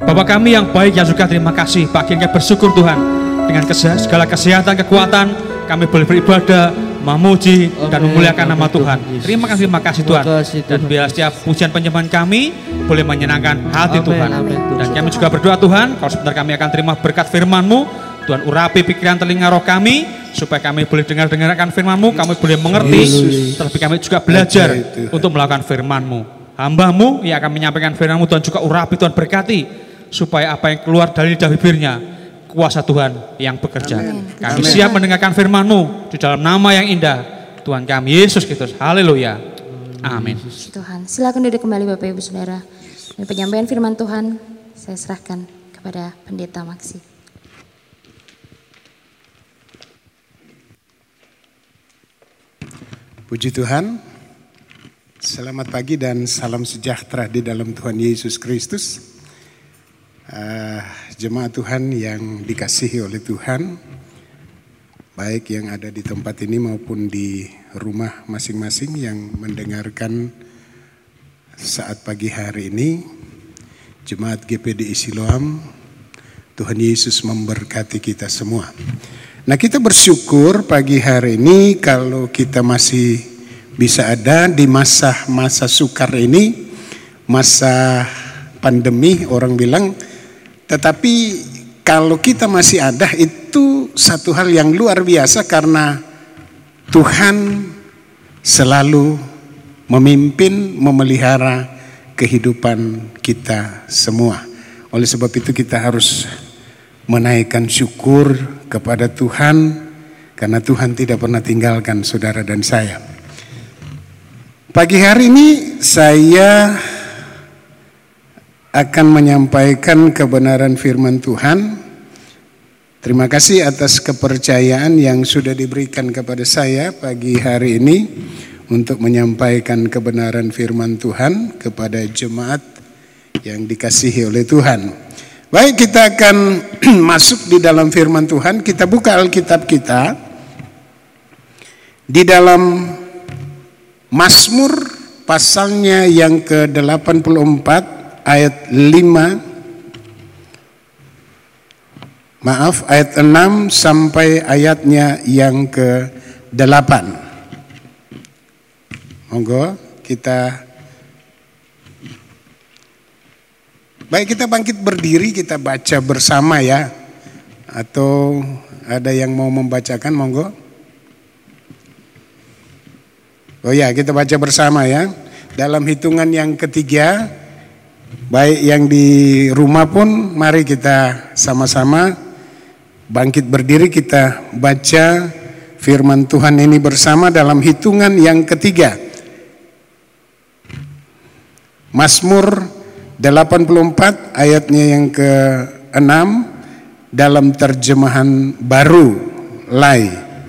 Bapa kami yang baik yang surga, terima kasih pagi ini kami bersyukur Tuhan, dengan segala kesehatan, kekuatan kami boleh beribadah, memuji dan memuliakan nama Tuhan. Terima kasih Tuhan. Dan biar setiap pujian penyembahan kami boleh menyenangkan hati Tuhan. Dan kami juga berdoa Tuhan, kalau sebentar kami akan terima berkat firman-Mu, Tuhan urapi pikiran telinga roh kami, supaya kami boleh dengarkan firman-Mu, kami boleh mengerti, terlebih kami juga belajar untuk melakukan firman-Mu. Hamba-Mu yang akan menyampaikan firman-Mu, Tuhan juga urapi, Tuhan berkati, supaya apa yang keluar dari lidah bibirnya, kuasa Tuhan yang bekerja. Kami siap mendengarkan firman-Mu di dalam nama yang indah Tuhan kami Yesus Kristus. Haleluya. Amin. Tuhan, silakan duduk kembali Bapak Ibu Saudara. Dan penyampaian firman Tuhan saya serahkan kepada Pendeta Maksi. Puji Tuhan. Selamat pagi dan salam sejahtera di dalam Tuhan Yesus Kristus. Jemaat Tuhan yang dikasihi oleh Tuhan, baik yang ada di tempat ini maupun di rumah masing-masing yang mendengarkan saat pagi hari ini, Jemaat GPDI Siloam, Tuhan Yesus memberkati kita semua. Nah, kita bersyukur pagi hari ini kalau kita masih bisa ada di masa-masa sukar ini, masa pandemi orang bilang. Tetapi kalau kita masih ada, itu satu hal yang luar biasa karena Tuhan selalu memimpin, memelihara kehidupan kita semua. Oleh sebab itu kita harus menaikkan syukur kepada Tuhan karena Tuhan tidak pernah tinggalkan saudara dan saya. Pagi hari ini saya akan menyampaikan kebenaran firman Tuhan. Terima kasih atas kepercayaan yang sudah diberikan kepada saya pagi hari ini untuk menyampaikan kebenaran firman Tuhan kepada jemaat yang dikasihi oleh Tuhan. Baik, kita akan masuk di dalam firman Tuhan. Kita buka Alkitab kita di dalam Mazmur pasalnya yang ke-84 ayat 6 sampai ayatnya yang ke-8. Monggo kita bangkit berdiri, kita baca bersama ya. Atau ada yang mau membacakan, monggo. Oh ya, kita baca bersama ya. Dalam hitungan yang ketiga, baik yang di rumah pun mari kita sama-sama bangkit berdiri, kita baca firman Tuhan ini bersama dalam hitungan yang ketiga. Mazmur 84 ayatnya yang ke-6 dalam terjemahan baru Lai.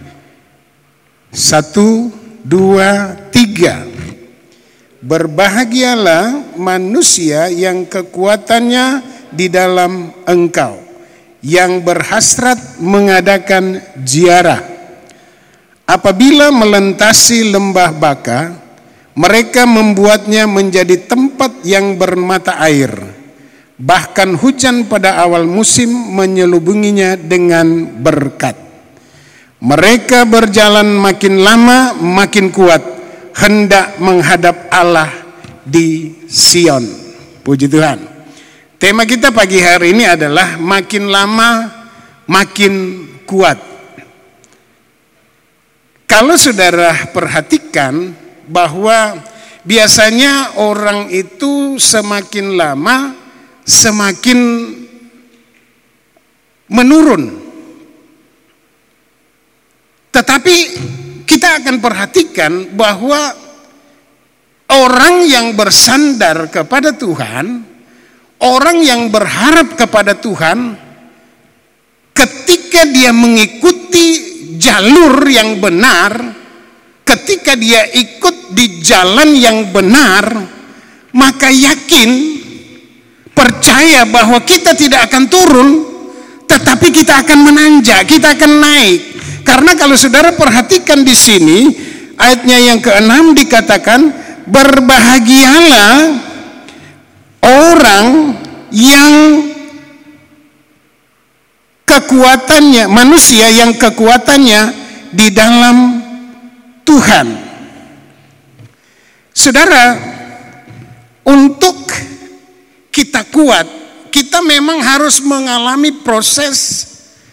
1, 2, 3. Berbahagialah manusia yang kekuatannya di dalam Engkau, yang berhasrat mengadakan ziarah. Apabila melintasi lembah Baka, mereka membuatnya menjadi tempat yang bermata air. Bahkan hujan pada awal musim menyelubunginya dengan berkat. Mereka berjalan makin lama makin kuat, hendak menghadap Allah di Sion. Puji Tuhan. Tema kita pagi hari ini adalah makin lama makin kuat. Kalau saudara perhatikan bahwa biasanya orang itu semakin lama semakin menurun. Tetapi kita akan perhatikan bahwa orang yang bersandar kepada Tuhan, orang yang berharap kepada Tuhan, ketika dia mengikuti jalur yang benar, ketika dia ikut di jalan yang benar, maka yakin, percaya bahwa kita tidak akan turun, tetapi kita akan menanjak, kita akan naik. Karena kalau saudara perhatikan di sini ayatnya yang ke-6 dikatakan berbahagialah orang yang kekuatannya, manusia yang kekuatannya di dalam Tuhan. Saudara, untuk kita kuat, kita memang harus mengalami proses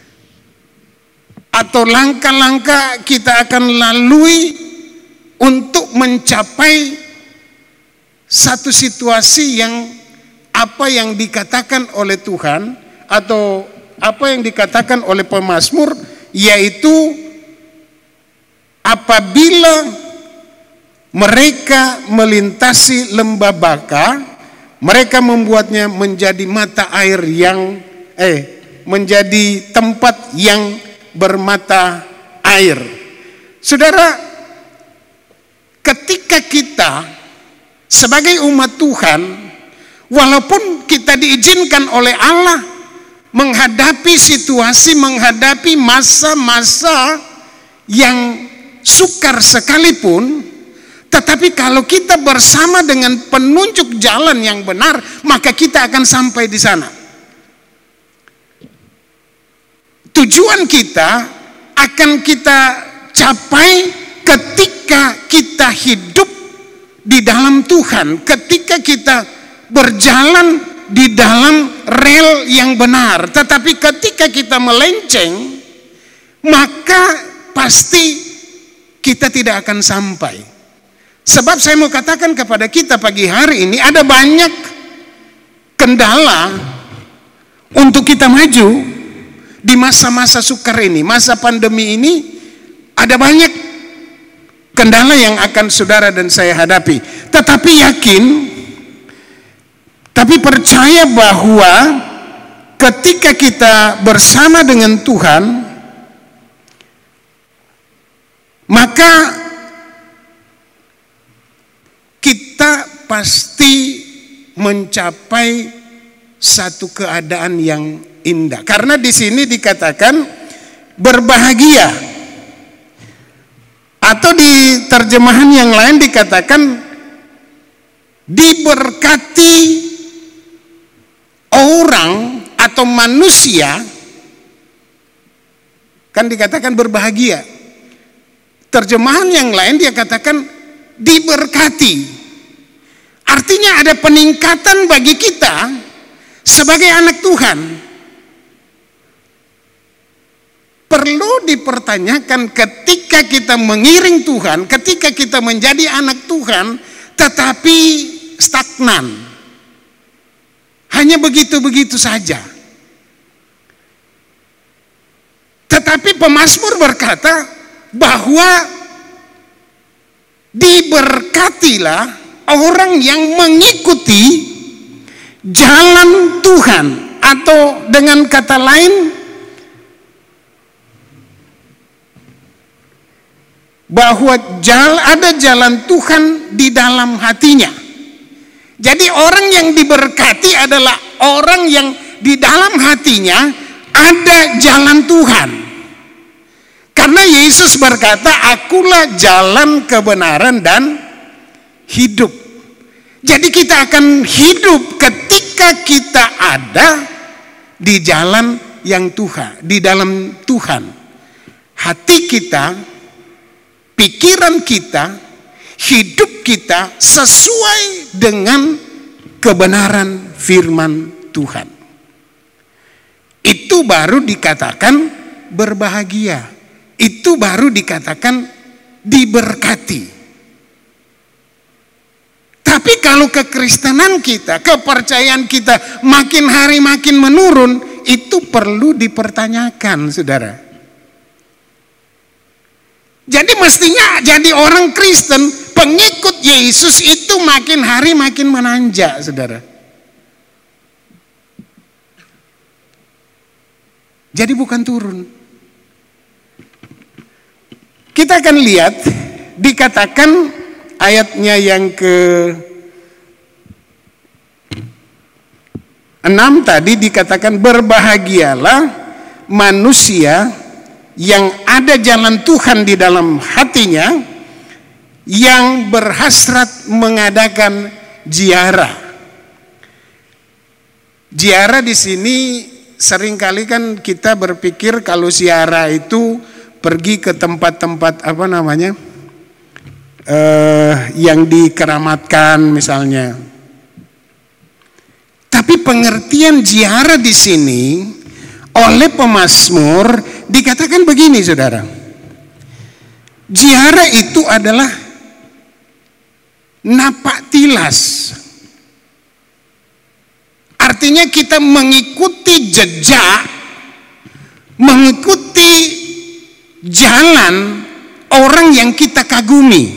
atau langkah-langkah kita akan lalui untuk mencapai satu situasi yang apa yang dikatakan oleh Tuhan atau apa yang dikatakan oleh pemazmur, yaitu apabila mereka melintasi lembah Baka, mereka membuatnya menjadi mata air yang menjadi tempat yang bermata air. Saudara, ketika kita sebagai umat Tuhan, walaupun kita diizinkan oleh Allah menghadapi situasi, menghadapi masa-masa yang sukar sekalipun, tetapi kalau kita bersama dengan penunjuk jalan yang benar, maka kita akan sampai di sana. Tujuan kita akan kita capai ketika kita hidup di dalam Tuhan, ketika kita berjalan di dalam rel yang benar. Tetapi ketika kita melenceng, maka pasti kita tidak akan sampai. Sebab saya mau katakan kepada kita pagi hari ini, ada banyak kendala untuk kita maju di masa-masa sukar ini, masa pandemi ini. Ada banyak kendala yang akan saudara dan saya hadapi. Tetapi yakin, tapi percaya bahwa ketika kita bersama dengan Tuhan, maka kita pasti mencapai satu keadaan yang indah. Karena di sini dikatakan berbahagia, atau di terjemahan yang lain dikatakan diberkati orang atau manusia, kan dikatakan berbahagia. Terjemahan yang lain dia katakan diberkati. Artinya ada peningkatan bagi kita sebagai anak Tuhan. Perlu dipertanyakan ketika kita mengiring Tuhan, ketika kita menjadi anak Tuhan, tetapi stagnan. Hanya begitu-begitu saja. Tetapi pemazmur berkata bahwa diberkatilah orang yang mengikuti jalan Tuhan, atau dengan kata lain, bahwa ada jalan Tuhan di dalam hatinya. Jadi orang yang diberkati adalah orang yang di dalam hatinya ada jalan Tuhan. Karena Yesus berkata, akulah jalan kebenaran dan hidup. Jadi kita akan hidup ketika kita ada di jalan yang Tuhan, di dalam Tuhan. Hati kita, pikiran kita, hidup kita sesuai dengan kebenaran firman Tuhan. Itu baru dikatakan berbahagia. Itu baru dikatakan diberkati. Tapi kalau kekristenan kita, kepercayaan kita makin hari makin menurun, itu perlu dipertanyakan, saudara. Jadi mestinya jadi orang Kristen, pengikut Yesus itu makin hari makin menanjak, saudara. Jadi bukan turun. Kita akan lihat, dikatakan ayatnya yang ke-6 tadi dikatakan, berbahagialah manusia yang ada jalan Tuhan di dalam hatinya, yang berhasrat mengadakan ziarah. Ziarah di sini seringkali kan kita berpikir kalau ziarah itu pergi ke tempat-tempat yang dikeramatkan misalnya. Tapi pengertian ziarah di sini oleh pemazmur dikatakan begini, saudara. Ziarah itu adalah napak tilas. Artinya kita mengikuti jejak, mengikuti jalan orang yang kita kagumi.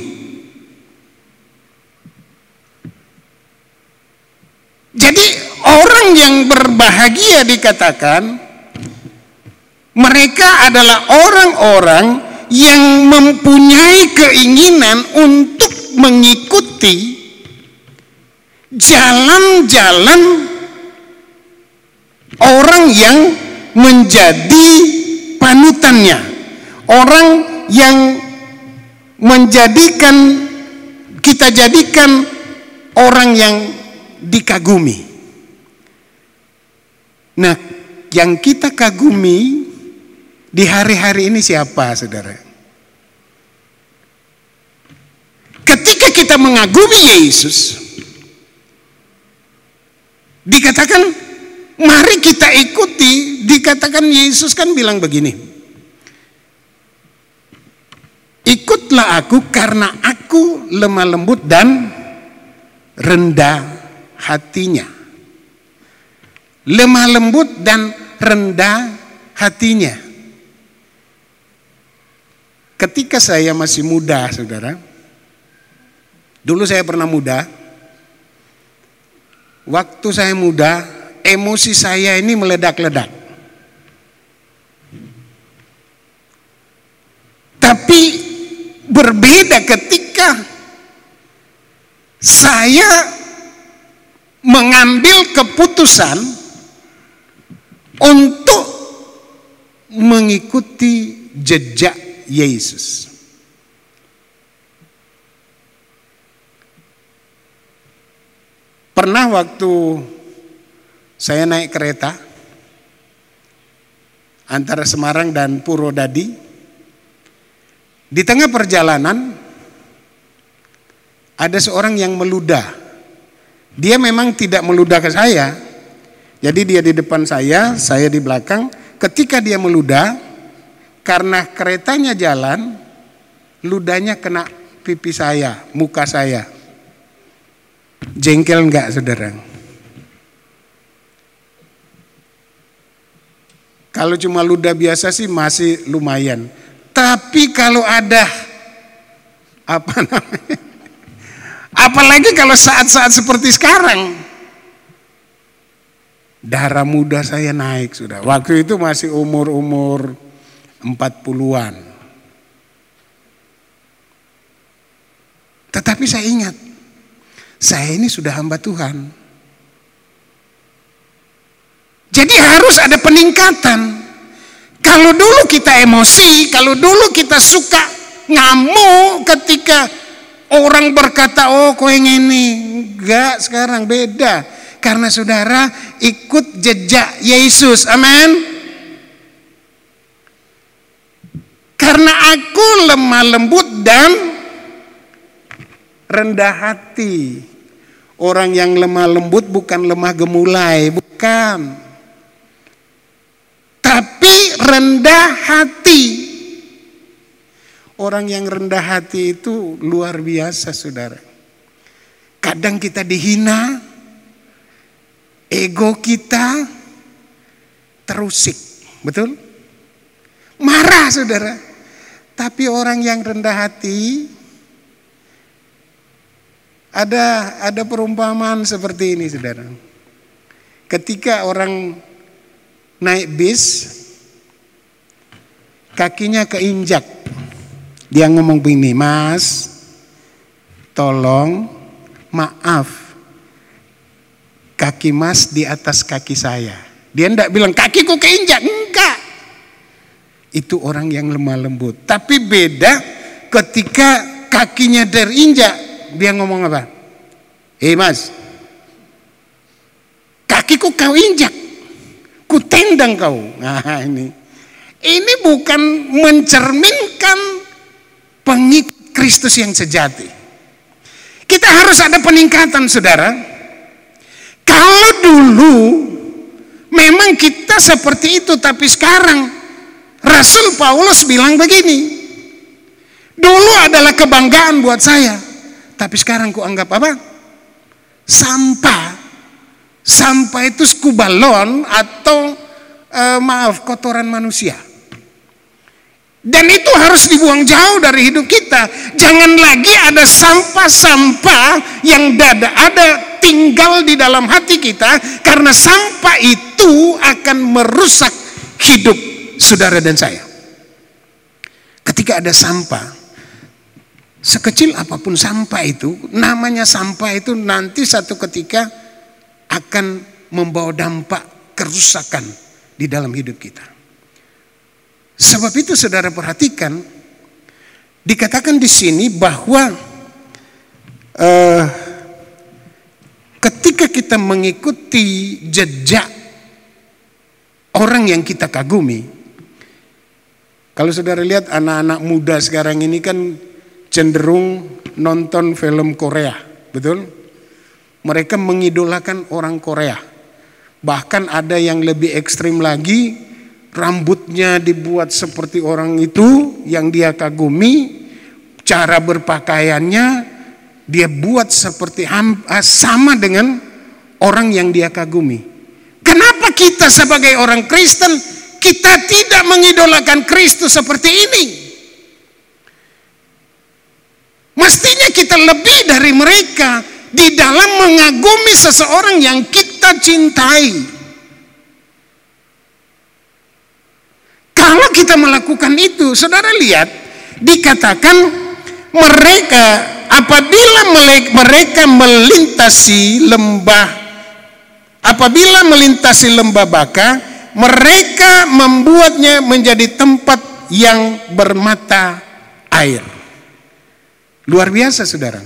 Jadi orang yang berbahagia dikatakan mereka adalah orang-orang yang mempunyai keinginan untuk mengikuti jalan-jalan orang yang menjadi panutannya, orang yang kita jadikan orang yang dikagumi. Nah, yang kita kagumi di hari-hari ini siapa, saudara? Ketika kita mengagumi Yesus, dikatakan mari kita ikuti. Dikatakan Yesus kan bilang begini, ikutlah aku karena aku lemah lembut dan rendah hatinya. Lemah lembut dan rendah hatinya. Ketika saya masih muda, saudara, dulu saya pernah muda. Waktu saya muda, emosi saya ini meledak-ledak. Tapi berbeda ketika saya mengambil keputusan untuk mengikuti jejak Yesus. Pernah waktu saya naik kereta antara Semarang dan Purwodadi, di tengah perjalanan ada seorang yang meludah. Dia memang tidak meludah ke saya, jadi dia di depan saya di belakang. Ketika dia meludah, karena keretanya jalan, ludahnya kena pipi saya, muka saya. Jengkel enggak, saudara? Kalau cuma ludah biasa sih masih lumayan. Tapi kalau ada apalagi kalau saat-saat seperti sekarang, darah muda saya naik sudah. Waktu itu masih umur 40-an. Tetapi saya ingat, saya ini sudah hamba Tuhan. Jadi harus ada peningkatan. Kalau dulu kita emosi, kalau dulu kita suka ngamuk ketika orang berkata, oh kau yang ini. Enggak, sekarang beda. Karena saudara ikut jejak Yesus. Amin. Karena aku lemah lembut dan rendah hati. Orang yang lemah lembut bukan lemah gemulai, bukan. Tapi rendah hati. Orang yang rendah hati itu luar biasa, saudara. Kadang kita dihina, ego kita terusik, betul? Marah, saudara. Tapi orang yang rendah hati, ada perumpamaan seperti ini, saudara. Ketika orang naik bis, kakinya keinjak. Dia ngomong begini, Mas, tolong maaf, kaki Mas di atas kaki saya. Dia enggak bilang kakiku keinjak, enggak. Itu orang yang lemah lembut. Tapi beda ketika kakinya terinjak, dia ngomong apa? Mas, kakiku kau injak, ku tendang kau. Nah ini bukan mencerminkan pengikut Kristus yang sejati. Kita harus ada peningkatan, saudara. Kalau dulu memang kita seperti itu, tapi sekarang Rasul Paulus bilang begini, dulu adalah kebanggaan buat saya, tapi sekarang ku anggap apa? Sampah. Sampah itu skubalon atau kotoran manusia. Dan itu harus dibuang jauh dari hidup kita. Jangan lagi ada sampah-sampah yang ada tinggal di dalam hati kita, karena sampah itu akan merusak hidup saudara dan saya. Ketika ada sampah, sekecil apapun sampah itu, namanya sampah itu nanti satu ketika akan membawa dampak kerusakan di dalam hidup kita. Sebab itu saudara perhatikan, dikatakan di sini bahwa ketika kita mengikuti jejak orang yang kita kagumi. Kalau saudara lihat anak-anak muda sekarang ini kan cenderung nonton film Korea, betul? Mereka mengidolakan orang Korea. Bahkan ada yang lebih ekstrim lagi, rambutnya dibuat seperti orang itu yang dia kagumi, cara berpakaiannya dia buat seperti sama dengan orang yang dia kagumi. Kenapa kita sebagai orang Kristen kita tidak mengidolakan Kristus seperti ini? Mestinya kita lebih dari mereka di dalam mengagumi seseorang yang kita cintai. Kalau kita melakukan itu, saudara lihat, dikatakan mereka apabila mereka melintasi lembah Baka, mereka membuatnya menjadi tempat yang bermata air. Luar biasa, saudara.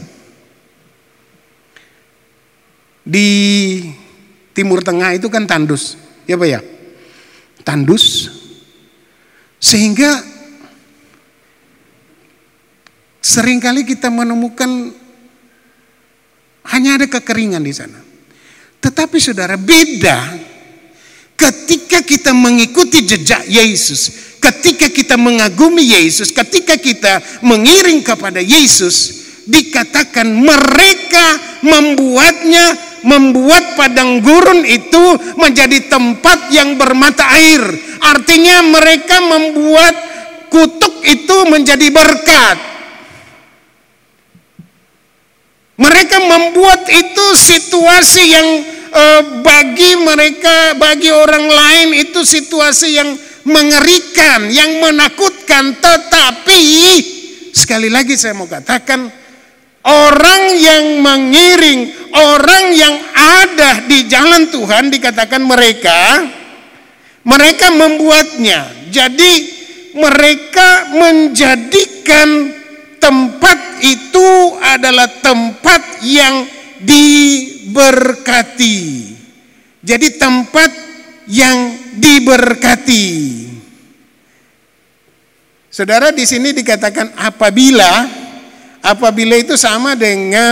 Di Timur Tengah itu kan tandus, ya Pak ya? Tandus. Sehingga seringkali kita menemukan hanya ada kekeringan di sana. Tetapi saudara, beda ketika kita mengikuti jejak Yesus, ketika kita mengagumi Yesus, ketika kita mengiring kepada Yesus, dikatakan mereka membuat padang gurun itu menjadi tempat yang bermata air. Artinya mereka membuat kutuk itu menjadi berkat. Mereka membuat itu situasi yang bagi orang lain itu situasi yang mengerikan, yang menakutkan. Tetapi sekali lagi saya mau katakan, orang yang mengiring, orang yang ada di jalan Tuhan, dikatakan mereka membuatnya. Jadi mereka menjadikan tempat itu adalah tempat yang diberkati. Jadi tempat yang diberkati. Saudara, di sini dikatakan apabila itu sama dengan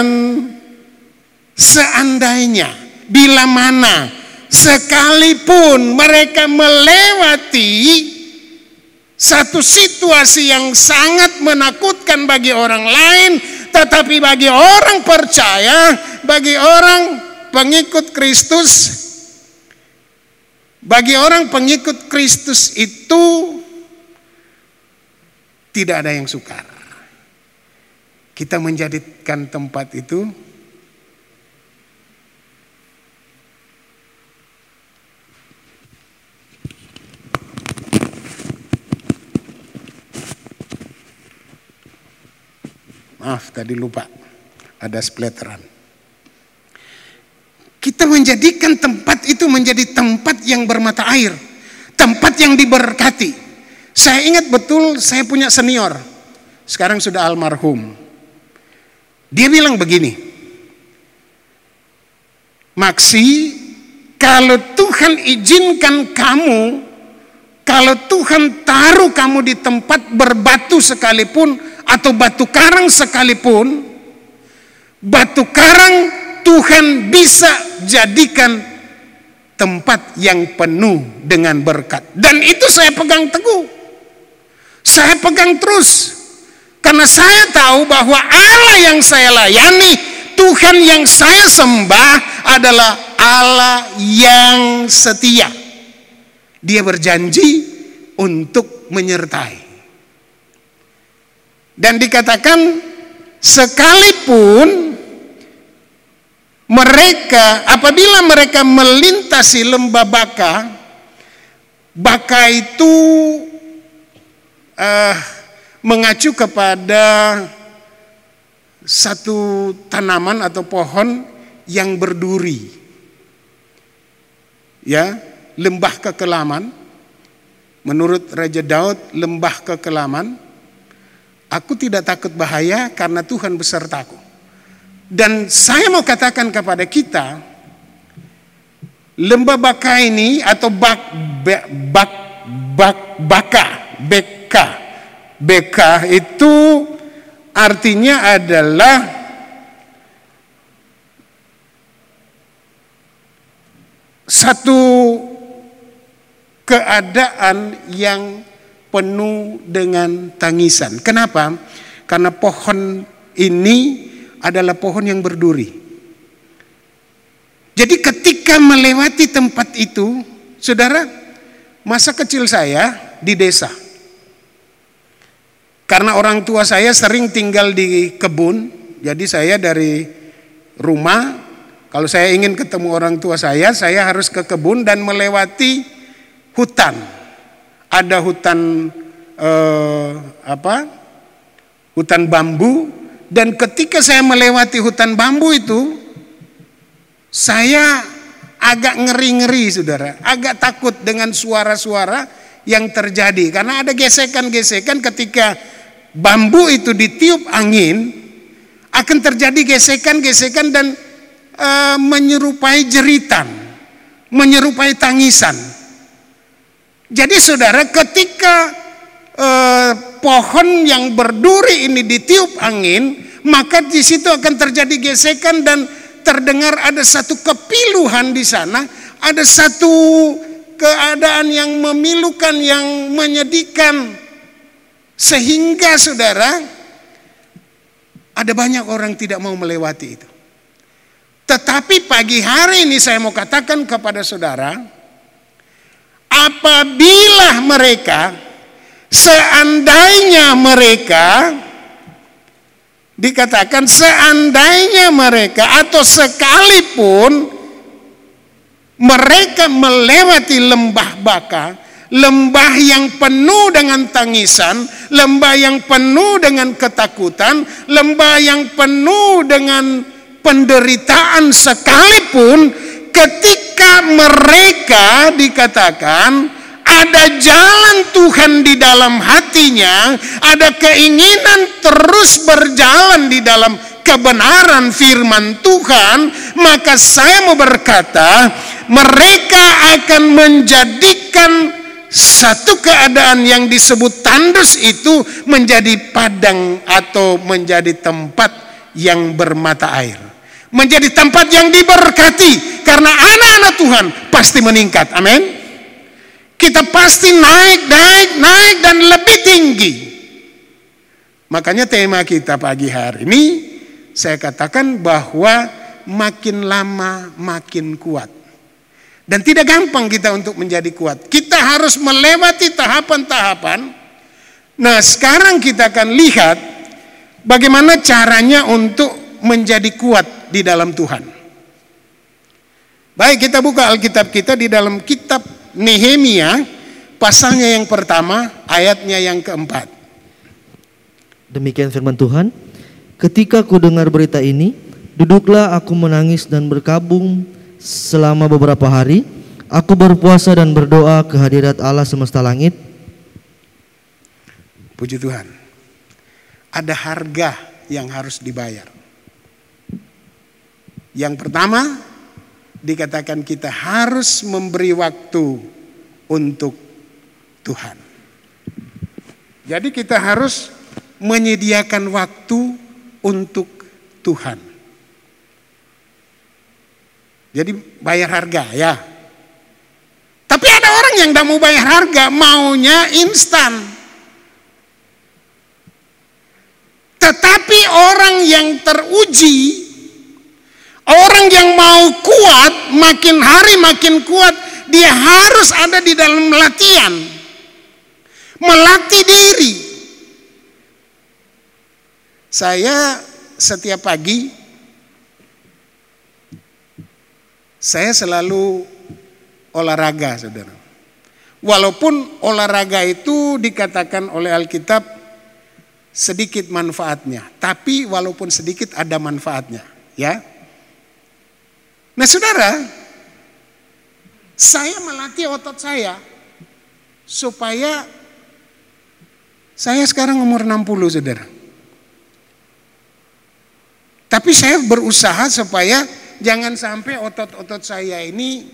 seandainya, bila mana, sekalipun mereka melewati satu situasi yang sangat menakutkan bagi orang lain, tetapi bagi orang percaya, bagi orang pengikut Kristus itu tidak ada yang sukar. Kita menjadikan tempat itu maaf tadi lupa ada splatteran. Kita menjadikan tempat itu menjadi tempat yang bermata air, tempat yang diberkati. Saya ingat betul, saya punya senior, sekarang sudah almarhum. Dia bilang begini, Maksi, kalau Tuhan izinkan kamu, kalau Tuhan taruh kamu di tempat berbatu sekalipun atau batu karang sekalipun, batu karang Tuhan bisa jadikan tempat yang penuh dengan berkat. Dan itu saya pegang teguh. Saya pegang terus. Karena saya tahu bahwa Allah yang saya layani, Tuhan yang saya sembah adalah Allah yang setia. Dia berjanji untuk menyertai. Dan dikatakan sekalipun mereka, apabila mereka melintasi lembah Baka, Baka itu mengacu kepada satu tanaman atau pohon yang berduri, ya, lembah kekelaman. Menurut Raja Daud, lembah kekelaman, aku tidak takut bahaya karena Tuhan besertaku. Dan saya mau katakan kepada kita, lembah Baka ini atau Beka itu artinya adalah satu keadaan yang penuh dengan tangisan. Kenapa? Karena pohon ini adalah pohon yang berduri. Jadi ketika melewati tempat itu, saudara, masa kecil saya di desa. Karena orang tua saya sering tinggal di kebun, jadi saya dari rumah, kalau saya ingin ketemu orang tua saya harus ke kebun dan melewati hutan. Ada hutan hutan bambu, dan ketika saya melewati hutan bambu itu, saya agak ngeri-ngeri, saudara, agak takut dengan suara-suara yang terjadi karena ada gesekan-gesekan. Ketika bambu itu ditiup angin, akan terjadi gesekan-gesekan dan menyerupai jeritan, menyerupai tangisan. Jadi saudara, ketika pohon yang berduri ini ditiup angin, maka di situ akan terjadi gesekan dan terdengar ada satu kepiluhan di sana, ada satu keadaan yang memilukan, yang menyedihkan, sehingga saudara, ada banyak orang tidak mau melewati itu. Tetapi pagi hari ini saya mau katakan kepada saudara, apabila mereka, seandainya mereka, dikatakan seandainya mereka atau sekalipun mereka melewati lembah Baka, lembah yang penuh dengan tangisan, lembah yang penuh dengan ketakutan, lembah yang penuh dengan penderitaan sekalipun, ketika mereka dikatakan ada jalan Tuhan di dalam hatinya, ada keinginan terus berjalan di dalam kebenaran firman Tuhan, maka saya mau berkata, mereka akan menjadikan satu keadaan yang disebut tandus itu menjadi padang atau menjadi tempat yang bermata air, menjadi tempat yang diberkati, karena anak-anak Tuhan pasti meningkat. Amin. Kita pasti naik dan lebih tinggi. Makanya tema kita pagi hari ini, saya katakan bahwa makin lama makin kuat. Dan tidak gampang kita untuk menjadi kuat. Kita harus melewati tahapan-tahapan. Nah, sekarang kita akan lihat bagaimana caranya untuk menjadi kuat di dalam Tuhan. Baik, kita buka Alkitab kita di dalam kitab Nehemia, pasalnya yang pertama, ayatnya yang keempat. Demikian firman Tuhan. Ketika ku dengar berita ini, duduklah aku menangis dan berkabung selama beberapa hari. Aku berpuasa dan berdoa ke hadirat Allah semesta langit. Puji Tuhan. Ada harga yang harus dibayar. Yang pertama, dikatakan kita harus memberi waktu untuk Tuhan. Jadi kita harus menyediakan waktu untuk Tuhan. Jadi bayar harga ya. Tapi ada orang yang tidak mau bayar harga, maunya instan. Tetapi orang yang teruji, orang yang mau kuat, makin hari makin kuat, dia harus ada di dalam latihan. Melatih diri. Saya setiap pagi, saya selalu olahraga, saudara. Walaupun olahraga itu dikatakan oleh Alkitab sedikit manfaatnya, tapi walaupun sedikit ada manfaatnya, ya. Nah, saudara, saya melatih otot saya supaya saya sekarang umur 60, saudara. Tapi saya berusaha supaya jangan sampai otot-otot saya ini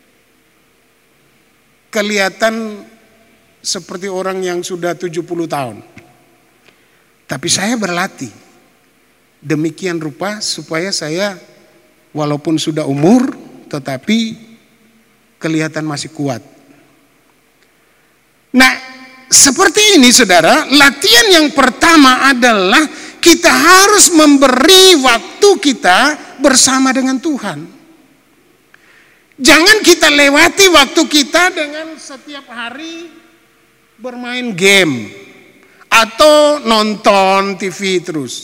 kelihatan seperti orang yang sudah 70 tahun. Tapi saya berlatih demikian rupa supaya saya walaupun sudah umur tetapi kelihatan masih kuat. Nah, seperti ini saudara, latihan yang pertama adalah kita harus memberi waktu kita bersama dengan Tuhan. Jangan kita lewati waktu kita dengan setiap hari bermain game atau nonton TV terus.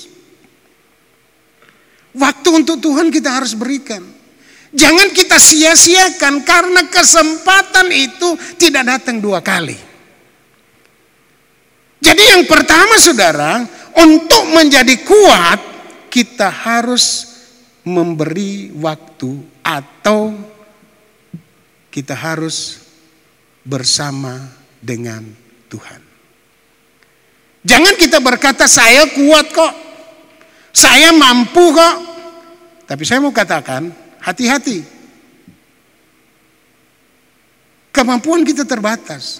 Waktu untuk Tuhan kita harus berikan. Jangan kita sia-siakan karena kesempatan itu tidak datang 2 kali. Jadi yang pertama saudara, untuk menjadi kuat kita harus memberi waktu atau kita harus bersama dengan Tuhan. Jangan kita berkata saya kuat kok, saya mampu kok. Tapi saya mau katakan hati-hati. Kemampuan kita terbatas.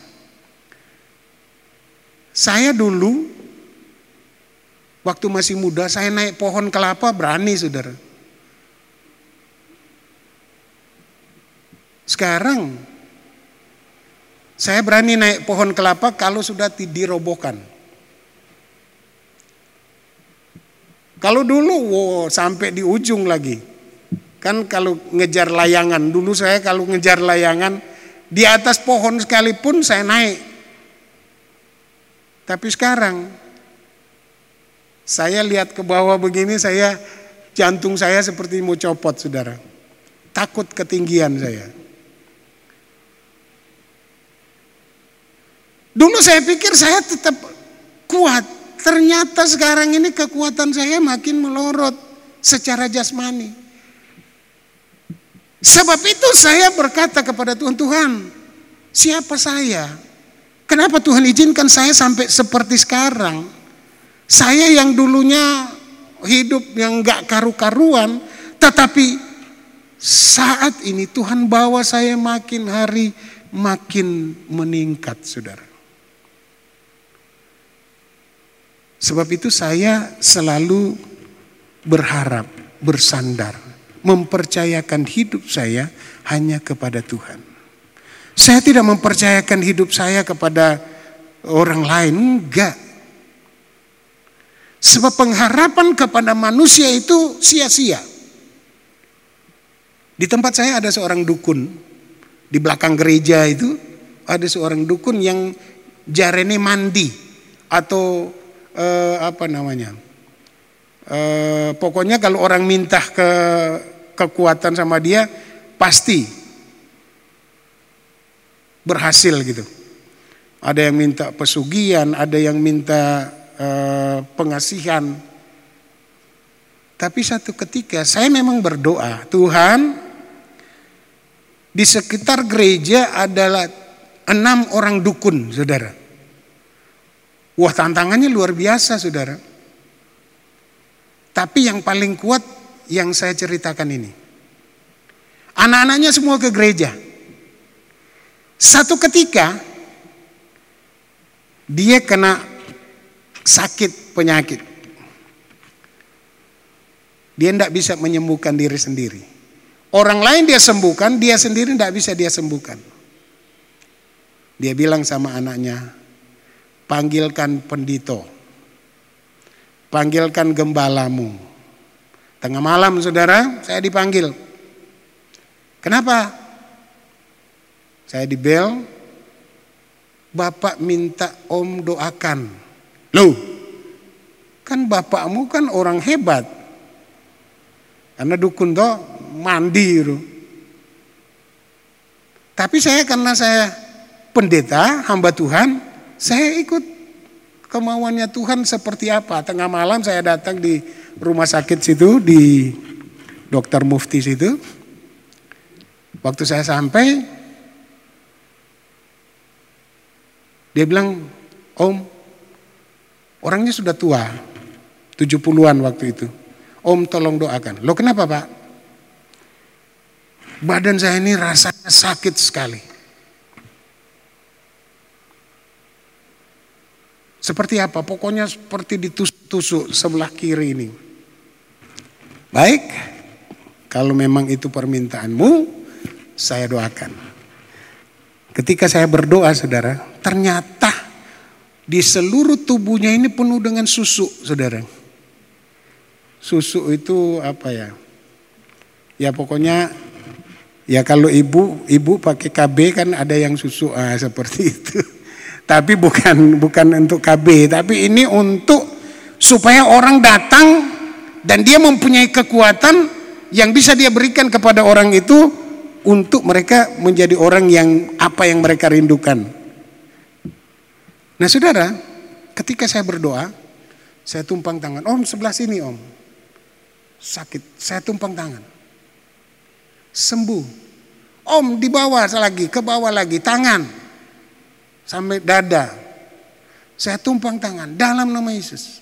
Saya dulu waktu masih muda saya naik pohon kelapa berani saudara. Sekarang saya berani naik pohon kelapa kalau sudah dirobohkan. Kalau dulu sampai di ujung lagi. Kan kalau ngejar layangan, dulu saya kalau ngejar layangan di atas pohon sekalipun saya naik. Tapi sekarang saya lihat ke bawah begini, jantung saya seperti mau copot saudara. Takut ketinggian saya. Dulu saya pikir saya tetap kuat. Ternyata sekarang ini kekuatan saya makin melorot secara jasmani. Sebab itu saya berkata kepada Tuhan, Tuhan, siapa saya? Kenapa Tuhan izinkan saya sampai seperti sekarang? Saya yang dulunya hidup yang gak karu-karuan, tetapi saat ini Tuhan bawa saya makin hari makin meningkat, saudara. Sebab itu saya selalu berharap, bersandar, mempercayakan hidup saya hanya kepada Tuhan. Saya tidak mempercayakan hidup saya kepada orang lain, enggak. Sebab pengharapan kepada manusia itu sia-sia. Di tempat saya ada seorang dukun, di belakang gereja itu ada seorang dukun yang jarene mandi atau pokoknya kalau orang minta kekuatan sama dia pasti berhasil gitu. Ada yang minta pesugihan, ada yang minta pengasihan. Tapi satu ketika saya memang berdoa, Tuhan, di sekitar gereja adalah 6 orang dukun, saudara. Wah, tantangannya luar biasa, saudara. Tapi yang paling kuat yang saya ceritakan ini. Anak-anaknya semua ke gereja. Satu ketika dia kena sakit penyakit. Dia tidak bisa menyembuhkan diri sendiri. Orang lain dia sembuhkan, dia sendiri tidak bisa dia sembuhkan. Dia bilang sama anaknya, panggilkan pendito, panggilkan gembalamu. Tengah malam saudara, saya dipanggil. Kenapa? Saya dibel, Bapak minta Om doakan. Loh, kan bapakmu kan orang hebat. Karena dukun toh mandi itu. Tapi karena saya pendeta, hamba Tuhan, saya ikut kemauannya Tuhan seperti apa. Tengah malam saya datang di rumah sakit situ, di Dr. Mufti situ. Waktu saya sampai, dia bilang, Om, orangnya sudah tua, 70-an waktu itu. Om tolong doakan. Loh kenapa Pak? Badan saya ini rasanya sakit sekali. Seperti apa? Pokoknya seperti ditusuk sebelah kiri ini. Baik, kalau memang itu permintaanmu, saya doakan. Ketika saya berdoa saudara, ternyata di seluruh tubuhnya ini penuh dengan susuk saudara. Susuk itu apa ya? Ya pokoknya ya kalau ibu pakai KB kan ada yang susuk seperti itu. Tapi bukan untuk KB, tapi ini untuk supaya orang datang dan dia mempunyai kekuatan yang bisa dia berikan kepada orang itu untuk mereka menjadi orang yang apa yang mereka rindukan. Nah saudara, ketika saya berdoa, saya tumpang tangan. Om sebelah sini om, sakit. Saya tumpang tangan, sembuh. Om di bawah lagi, ke bawah lagi, tangan sampai dada. Saya tumpang tangan dalam nama Yesus,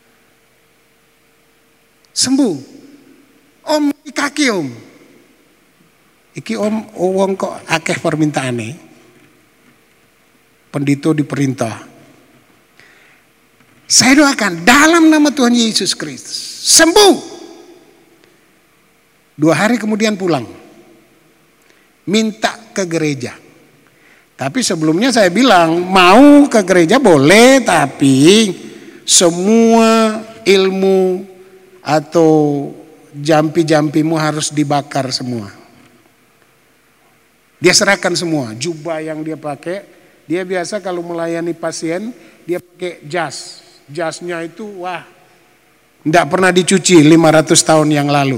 sembuh. Om di kaki om. Iki om wong kok akeh permintaane. Pendito diperintah. Saya doakan dalam nama Tuhan Yesus Kristus, sembuh. 2 hari kemudian pulang. Minta ke gereja. Tapi sebelumnya saya bilang, mau ke gereja boleh, tapi semua ilmu atau jampi-jampimu harus dibakar semua. Dia serahkan semua, jubah yang dia pakai. Dia biasa kalau melayani pasien, dia pakai jas. Jasnya itu wah, tidak pernah dicuci 500 tahun yang lalu.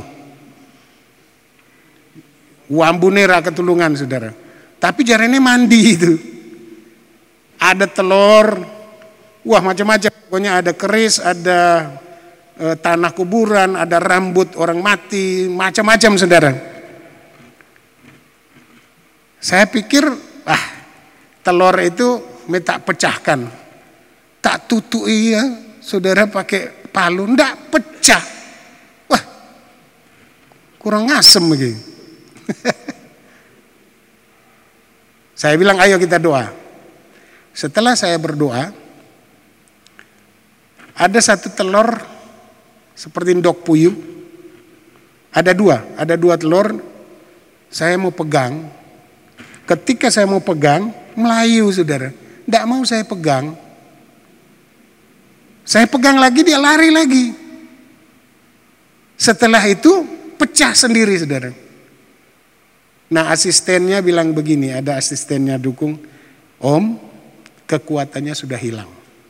Wambunera ketulungan saudara. Tapi jarene mandi itu. Ada telur, wah macam-macam. Pokoknya ada keris, ada tanah kuburan, ada rambut orang mati, macam-macam saudara. Saya pikir, telur itu tak pecahkan. Tak tutui ya, saudara pakai palu, ndak pecah. Wah, kurang ngasem begini. Saya bilang ayo kita doa. Setelah saya berdoa, ada satu telur seperti ndok puyuh. Ada dua telur. Saya mau pegang. Ketika saya mau pegang, melayu saudara. Tidak mau saya pegang. Saya pegang lagi, dia lari lagi. Setelah itu pecah sendiri saudara. Nah asistennya bilang begini, ada asistennya dukung, Om kekuatannya sudah hilang.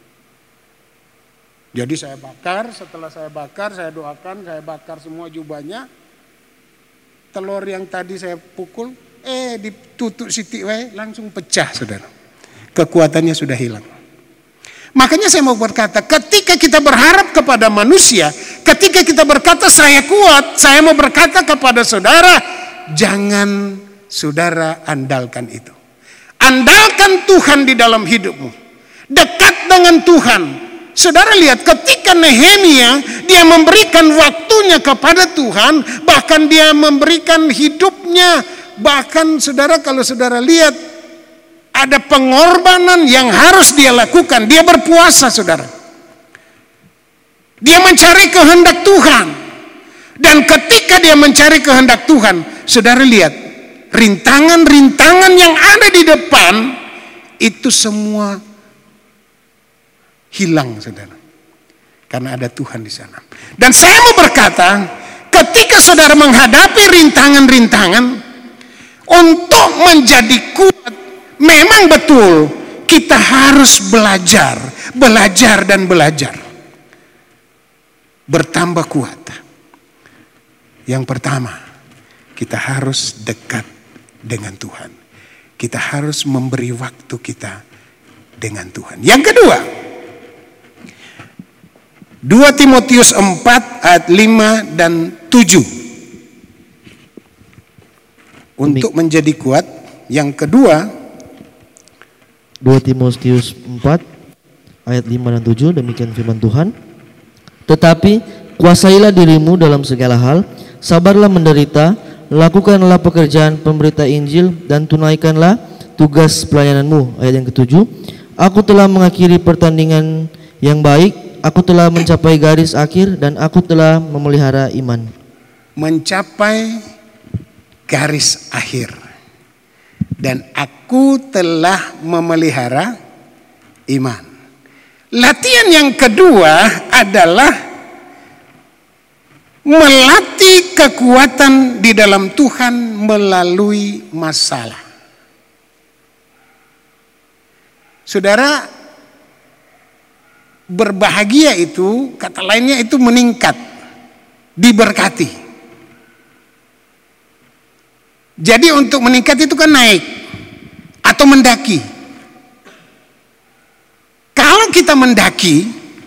Jadi saya bakar, setelah saya bakar, saya doakan, saya bakar semua jubahnya. Telur yang tadi saya pukul, ditutup sitik langsung pecah saudara. Kekuatannya sudah hilang. Makanya saya mau berkata, ketika kita berharap kepada manusia, ketika kita berkata saya kuat, saya mau berkata kepada saudara, jangan saudara andalkan itu. Andalkan Tuhan di dalam hidupmu. Dekat dengan Tuhan. Saudara lihat ketika Nehemia dia memberikan waktu menyekutunya kepada Tuhan, bahkan dia memberikan hidupnya. Bahkan saudara, kalau saudara lihat, ada pengorbanan yang harus dia lakukan. Dia berpuasa, saudara. Dia mencari kehendak Tuhan. Dan ketika dia mencari kehendak Tuhan, saudara lihat, rintangan-rintangan yang ada di depan, itu semua hilang, saudara. Karena ada Tuhan di sana. Dan saya mau berkata, ketika saudara menghadapi rintangan-rintangan, untuk menjadi kuat, memang betul kita harus belajar dan belajar. Bertambah kuat. Yang pertama, kita harus dekat dengan Tuhan. Kita harus memberi waktu kita dengan Tuhan. Yang kedua, 2 Timotius 4 ayat 5 dan 7. Untuk menjadi kuat. Yang kedua, 2 Timotius 4 ayat 5 dan 7, demikian firman Tuhan. Tetapi kuasailah dirimu dalam segala hal, sabarlah menderita, lakukanlah pekerjaan pemberita Injil, dan tunaikanlah tugas pelayananmu. Ayat yang ketujuh, aku telah mengakhiri pertandingan yang baik, aku telah mencapai garis akhir, dan aku telah memelihara iman. Mencapai garis akhir. Dan aku telah memelihara iman. Latihan yang kedua adalah melatih kekuatan di dalam Tuhan melalui masalah. Saudara, berbahagia itu, kata lainnya itu meningkat, diberkati. Jadi untuk meningkat itu kan naik atau mendaki. Kalau kita mendaki,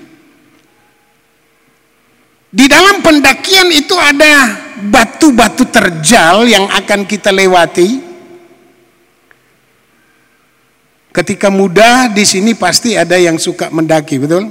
di dalam pendakian itu ada batu-batu terjal yang akan kita lewati. Ketika muda di sini pasti ada yang suka mendaki, betul?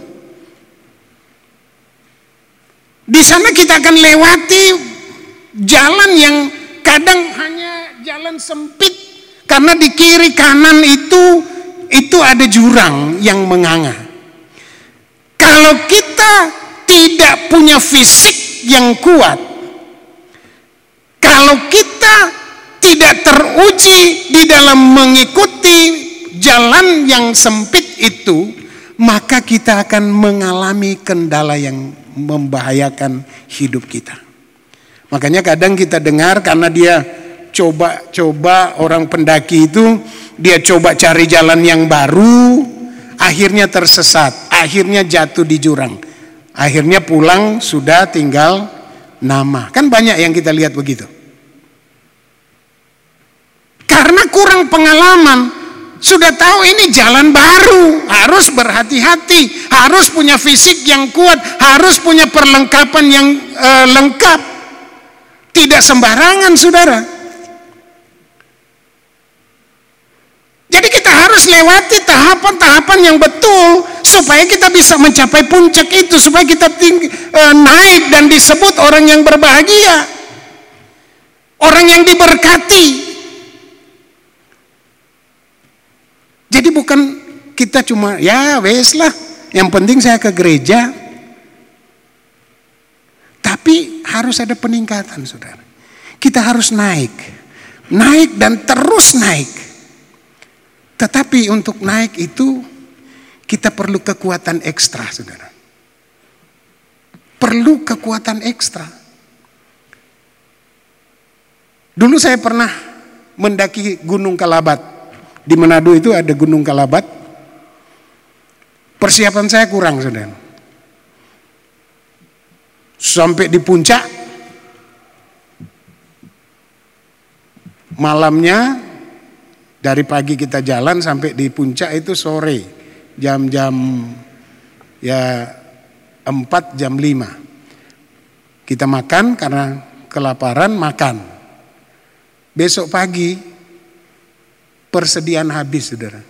Di sana kita akan lewati jalan yang kadang hanya jalan sempit karena di kiri kanan itu ada jurang yang menganga. Kalau kita tidak punya fisik yang kuat, kalau kita tidak teruji di dalam mengikuti jalan yang sempit itu, maka kita akan mengalami kendala yang membahayakan hidup kita. Makanya kadang kita dengar, karena dia coba orang pendaki itu, dia coba cari jalan yang baru, akhirnya tersesat, akhirnya jatuh di jurang, akhirnya pulang sudah tinggal nama. Kan banyak yang kita lihat begitu. Karena kurang pengalaman, sudah tahu ini jalan baru, harus berhati-hati, harus punya fisik yang kuat, harus punya perlengkapan yang lengkap. Tidak sembarangan, saudara. Jadi kita harus lewati tahapan-tahapan yang betul supaya kita bisa mencapai puncak itu, supaya kita naik dan disebut orang yang berbahagia, orang yang diberkati. Jadi bukan kita cuma ya wes lah, yang penting saya ke gereja. Tapi harus ada peningkatan, saudara. Kita harus naik dan terus naik. Tetapi untuk naik itu kita perlu kekuatan ekstra, saudara. Perlu kekuatan ekstra. Dulu saya pernah mendaki Gunung Kalabat. Di Manado itu ada Gunung Kalabat. Persiapan saya kurang, saudara. Sampai di puncak, malamnya dari pagi kita jalan sampai di puncak itu sore, jam-jam ya 4 jam 5. Kita makan karena kelaparan, makan. Besok pagi persediaan habis, saudara.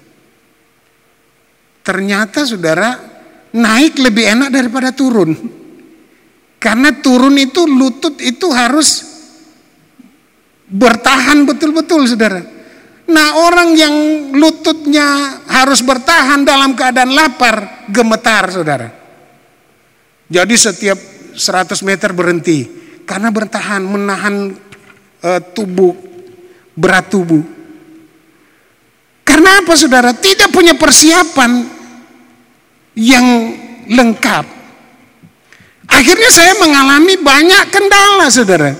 Ternyata, saudara, naik lebih enak daripada turun. Karena turun itu lutut itu harus bertahan betul-betul, saudara. Nah, orang yang lututnya harus bertahan dalam keadaan lapar, gemetar, saudara. Jadi setiap 100 meter berhenti karena bertahan, menahan tubuh, berat tubuh. Karena apa, saudara? Tidak punya persiapan yang lengkap. Akhirnya saya mengalami banyak kendala, saudara.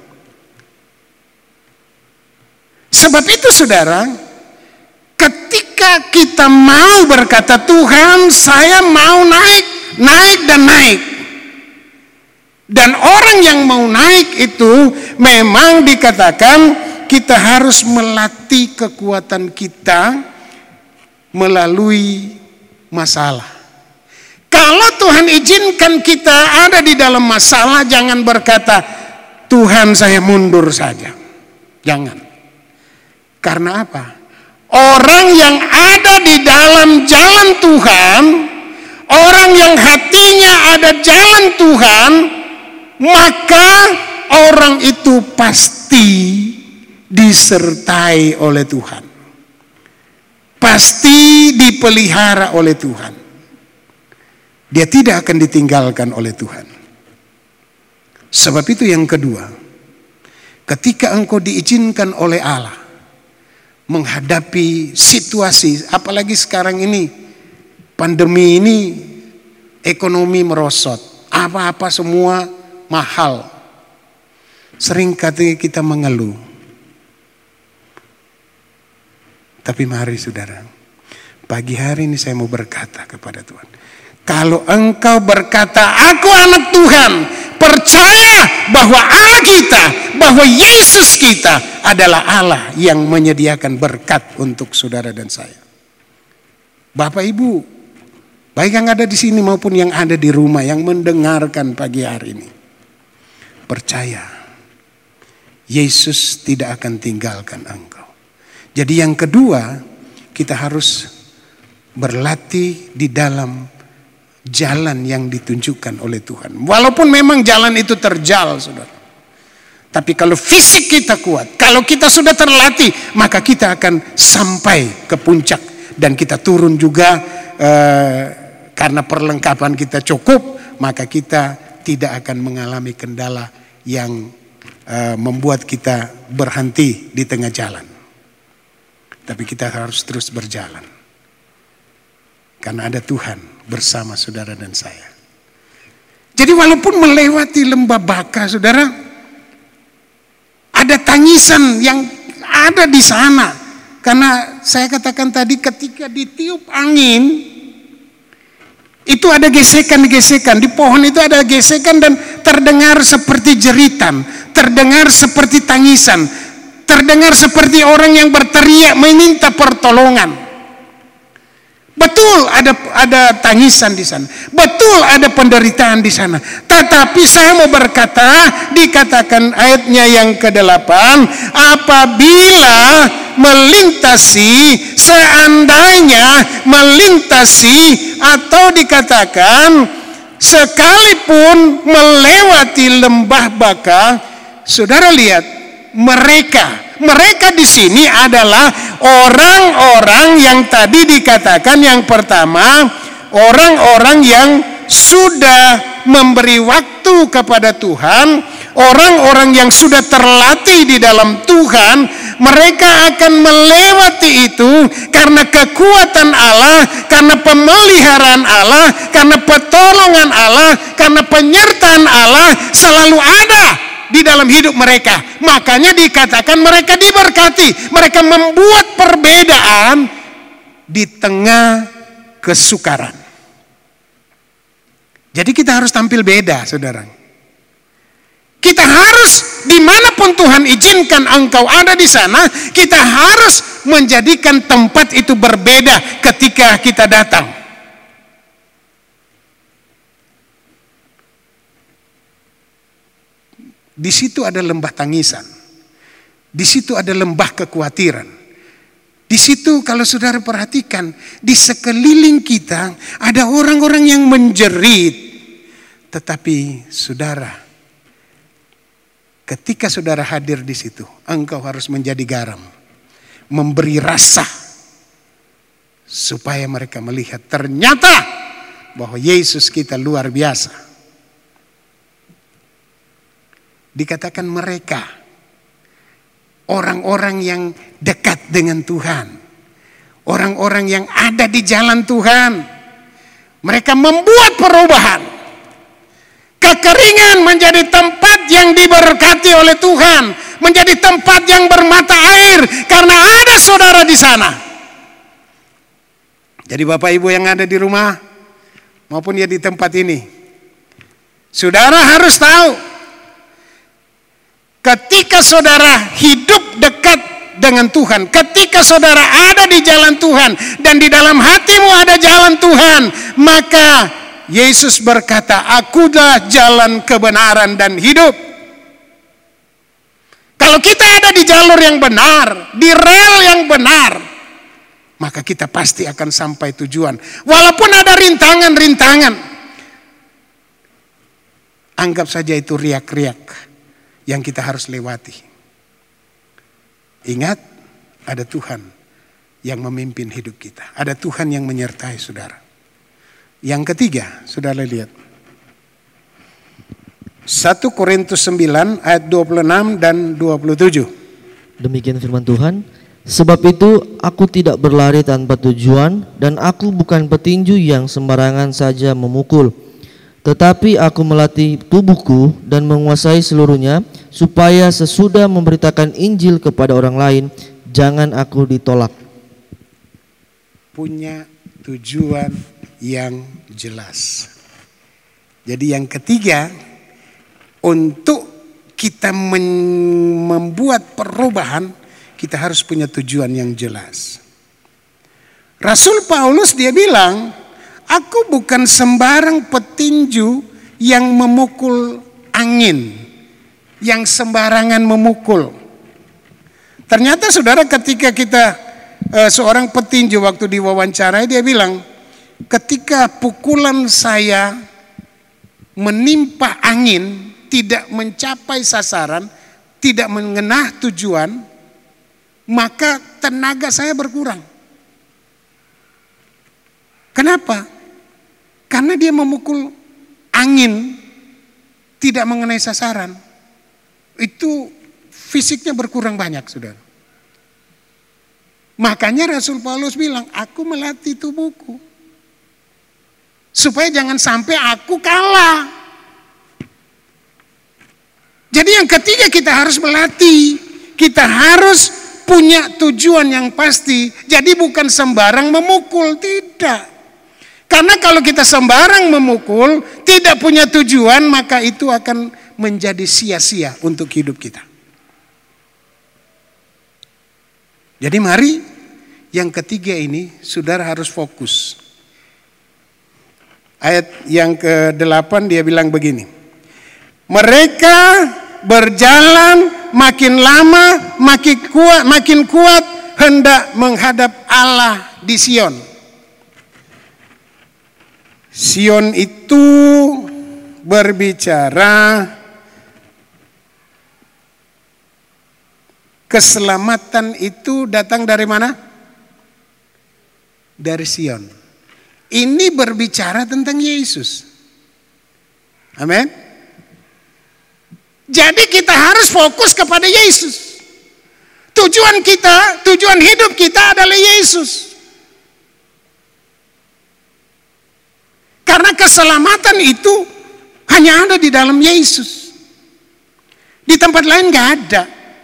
Sebab itu, saudara, ketika kita mau berkata, Tuhan, saya mau naik dan naik. Dan orang yang mau naik itu memang dikatakan kita harus melatih kekuatan kita melalui masalah. Kalau Tuhan izinkan kita ada di dalam masalah, jangan berkata, Tuhan saya mundur saja. Jangan. Karena apa? Orang yang ada di dalam jalan Tuhan, orang yang hatinya ada jalan Tuhan, maka orang itu pasti disertai oleh Tuhan. Pasti dipelihara oleh Tuhan. Dia tidak akan ditinggalkan oleh Tuhan. Sebab itu yang kedua, ketika engkau diizinkan oleh Allah menghadapi situasi, apalagi sekarang ini, pandemi ini, ekonomi merosot, apa-apa semua mahal. Sering kali kita mengeluh. Tapi mari, saudara, pagi hari ini saya mau berkata kepada Tuhan, kalau engkau berkata, aku anak Tuhan, percaya bahwa Allah kita, bahwa Yesus kita adalah Allah yang menyediakan berkat untuk saudara dan saya. Bapak Ibu, baik yang ada di sini maupun yang ada di rumah yang mendengarkan pagi hari ini, percaya, Yesus tidak akan tinggalkan engkau. Jadi yang kedua, kita harus berlatih di dalam jalan yang ditunjukkan oleh Tuhan. Walaupun memang jalan itu terjal, saudara. Tapi kalau fisik kita kuat, kalau kita sudah terlatih, maka kita akan sampai ke puncak. Dan kita turun juga karena perlengkapan kita cukup, maka kita tidak akan mengalami kendala yang membuat kita berhenti di tengah jalan. Tapi kita harus terus berjalan. Karena ada Tuhan bersama saudara dan saya. Jadi walaupun melewati lembah Baka, saudara, ada tangisan yang ada di sana. Karena saya katakan tadi, ketika ditiup angin, itu ada gesekan-gesekan. Di pohon itu ada gesekan dan terdengar seperti jeritan, terdengar seperti tangisan, terdengar seperti orang yang berteriak meminta pertolongan. Betul ada tangisan di sana. Betul ada penderitaan di sana. Tetapi saya mau berkata, dikatakan ayatnya yang ke-8, apabila melintasi, seandainya melintasi, atau dikatakan sekalipun melewati lembah Baka, saudara lihat, mereka di sini adalah orang-orang yang tadi dikatakan yang pertama, orang-orang yang sudah memberi waktu kepada Tuhan, orang-orang yang sudah terlatih di dalam Tuhan. Mereka akan melewati itu karena kekuatan Allah, karena pemeliharaan Allah, karena pertolongan Allah, karena penyertaan Allah selalu ada di dalam hidup mereka. Makanya dikatakan mereka diberkati. Mereka membuat perbedaan di tengah kesukaran. Jadi kita harus tampil beda, saudara. Kita harus, dimanapun Tuhan izinkan engkau ada di sana, kita harus menjadikan tempat itu berbeda ketika kita datang. Di situ ada lembah tangisan. Di situ ada lembah kekhawatiran. Di situ kalau saudara perhatikan, di sekeliling kita ada orang-orang yang menjerit. Tetapi saudara, ketika saudara hadir di situ, engkau harus menjadi garam, memberi rasa supaya mereka melihat ternyata bahwa Yesus kita luar biasa. Dikatakan mereka orang-orang yang dekat dengan Tuhan, orang-orang yang ada di jalan Tuhan. Mereka membuat perubahan. Kekeringan menjadi tempat yang diberkati oleh Tuhan, menjadi tempat yang bermata air karena ada saudara di sana. Jadi Bapak Ibu yang ada di rumah maupun ya di tempat ini, saudara harus tahu, ketika saudara hidup dekat dengan Tuhan, ketika saudara ada di jalan Tuhan dan di dalam hatimu ada jalan Tuhan, maka Yesus berkata, akulah jalan kebenaran dan hidup. Kalau kita ada di jalur yang benar, di rel yang benar, maka kita pasti akan sampai tujuan. Walaupun ada rintangan-rintangan, anggap saja itu riak-riak yang kita harus lewati. Ingat, ada Tuhan yang memimpin hidup kita. Ada Tuhan yang menyertai saudara. Yang ketiga, saudara lihat. 1 Korintus 9 ayat 26 dan 27. Demikian firman Tuhan. Sebab itu aku tidak berlari tanpa tujuan, dan aku bukan petinju yang sembarangan saja memukul. Tetapi aku melatih tubuhku dan menguasai seluruhnya, supaya sesudah memberitakan Injil kepada orang lain, jangan aku ditolak. Punya tujuan yang jelas. Jadi yang ketiga, untuk kita membuat perubahan, kita harus punya tujuan yang jelas. Rasul Paulus dia bilang, aku bukan sembarang petinju yang memukul angin, yang sembarangan memukul. Ternyata saudara, ketika kita seorang petinju waktu diwawancarai, dia bilang, ketika pukulan saya menimpa angin, tidak mencapai sasaran, tidak mengenah tujuan, maka tenaga saya berkurang. Kenapa? Karena dia memukul angin tidak mengenai sasaran. Itu fisiknya berkurang banyak, saudara. Makanya Rasul Paulus bilang, aku melatih tubuhku supaya jangan sampai aku kalah. Jadi yang ketiga, kita harus melatih. Kita harus punya tujuan yang pasti. Jadi bukan sembarang memukul, tidak. Karena kalau kita sembarang memukul, tidak punya tujuan, maka itu akan menjadi sia-sia untuk hidup kita. Jadi mari, yang ketiga ini, saudara harus fokus. Ayat yang ke-8 dia bilang begini. Mereka berjalan makin lama, makin kuat hendak menghadap Allah di Sion. Sion itu berbicara keselamatan itu datang dari mana? Dari Sion. Ini berbicara tentang Yesus. Amin. Jadi kita harus fokus kepada Yesus. Tujuan kita, tujuan hidup kita adalah Yesus. Karena keselamatan itu hanya ada di dalam Yesus. Di tempat lain gak ada.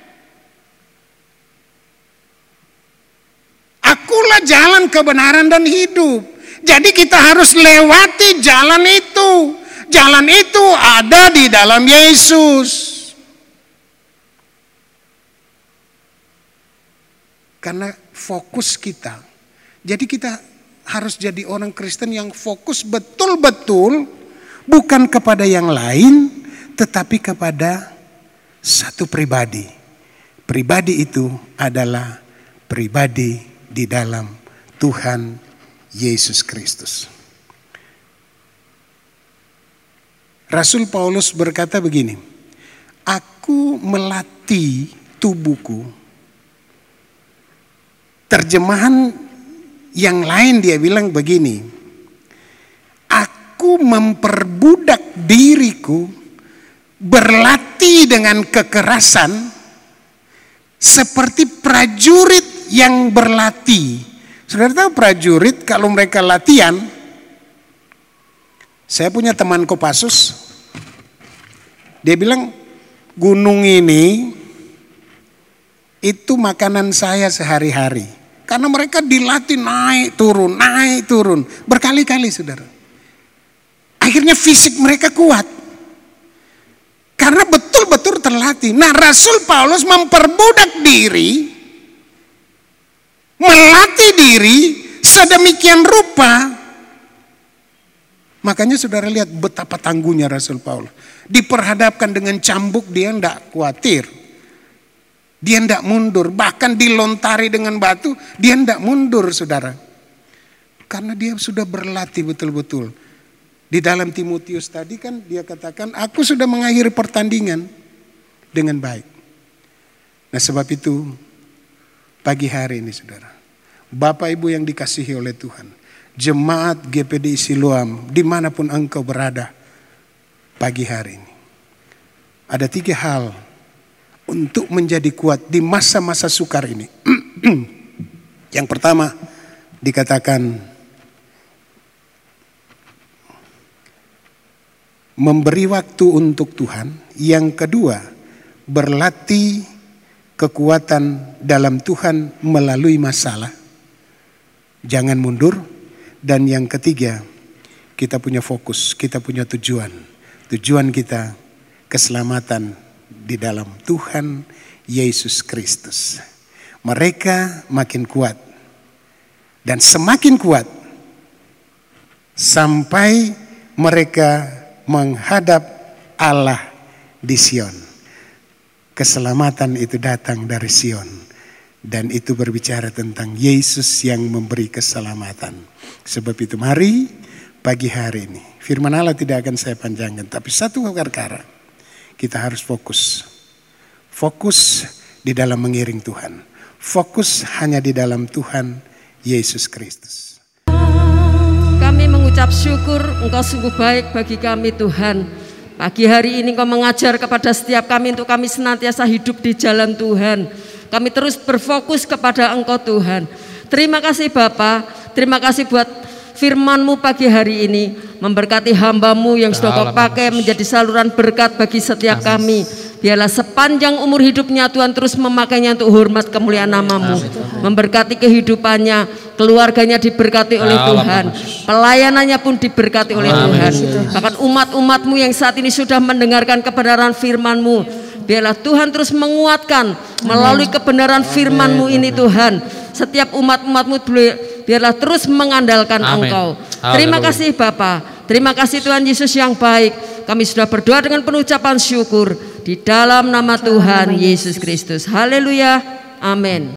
Akulah jalan kebenaran dan hidup. Jadi kita harus lewati jalan itu. Jalan itu ada di dalam Yesus. Karena fokus kita. Jadi kita harus jadi orang Kristen yang fokus betul-betul. Bukan kepada yang lain, tetapi kepada satu pribadi. Pribadi itu adalah pribadi di dalam Tuhan Yesus Kristus. Rasul Paulus berkata begini, aku melatih tubuhku. Terjemahan yang lain dia bilang begini, aku memperbudak diriku berlatih dengan kekerasan seperti prajurit yang berlatih. Saudara tahu prajurit kalau mereka latihan, saya punya teman Kopassus, dia bilang gunung ini itu makanan saya sehari-hari. Karena mereka dilatih naik turun, berkali-kali saudara. Akhirnya fisik mereka kuat. Karena betul-betul terlatih. Nah, Rasul Paulus memperbudak diri, melatih diri sedemikian rupa. Makanya saudara lihat betapa tangguhnya Rasul Paulus. Diperhadapkan dengan cambuk dia tidak khawatir. Dia tidak mundur. Bahkan dilontari dengan batu dia tidak mundur saudara. Karena dia sudah berlatih betul-betul. Di dalam Timotius tadi kan dia katakan, aku sudah mengakhiri pertandingan dengan baik. Nah sebab itu pagi hari ini saudara, Bapak Ibu yang dikasihi oleh Tuhan, jemaat GPDI Siloam dimanapun engkau berada pagi hari ini, ada 3 hal untuk menjadi kuat di masa-masa sukar ini. Yang pertama dikatakan memberi waktu untuk Tuhan. Yang kedua, berlatih kekuatan dalam Tuhan melalui masalah. Jangan mundur. Dan yang ketiga, kita punya fokus, kita punya tujuan. Tujuan kita keselamatan di dalam Tuhan Yesus Kristus. Mereka makin kuat. Dan semakin kuat sampai mereka menghadap Allah di Sion. Keselamatan itu datang dari Sion. Dan itu berbicara tentang Yesus yang memberi keselamatan. Sebab itu mari pagi hari ini, firman Allah tidak akan saya panjangkan, tapi satu perkara, kita harus fokus. Fokus di dalam mengiring Tuhan. Fokus hanya di dalam Tuhan Yesus Kristus. Kami mengucap syukur Engkau sungguh baik bagi kami Tuhan. Pagi hari ini Engkau mengajar kepada setiap kami untuk kami senantiasa hidup di jalan Tuhan. Kami terus berfokus kepada Engkau Tuhan. Terima kasih Bapa, terima kasih buat firman-Mu pagi hari ini. Memberkati hamba-Mu yang sudah Kau pakai menjadi saluran berkat bagi setiap kami. Biarlah sepanjang umur hidupnya Tuhan terus memakainya untuk hormat kemuliaan nama-Mu. Memberkati kehidupannya, keluarganya diberkati oleh Tuhan. Pelayanannya pun diberkati oleh Tuhan. Bahkan umat-umat-Mu yang saat ini sudah mendengarkan kebenaran firman-Mu, biarlah Tuhan terus menguatkan melalui kebenaran firman-Mu ini Tuhan. Setiap umat-umat-Mu biarlah terus mengandalkan Engkau. Terima kasih Bapa. Terima kasih Tuhan Yesus yang baik. Kami sudah berdoa dengan penuh ucapan syukur di dalam nama Tuhan Yesus Kristus. Haleluya. Amin.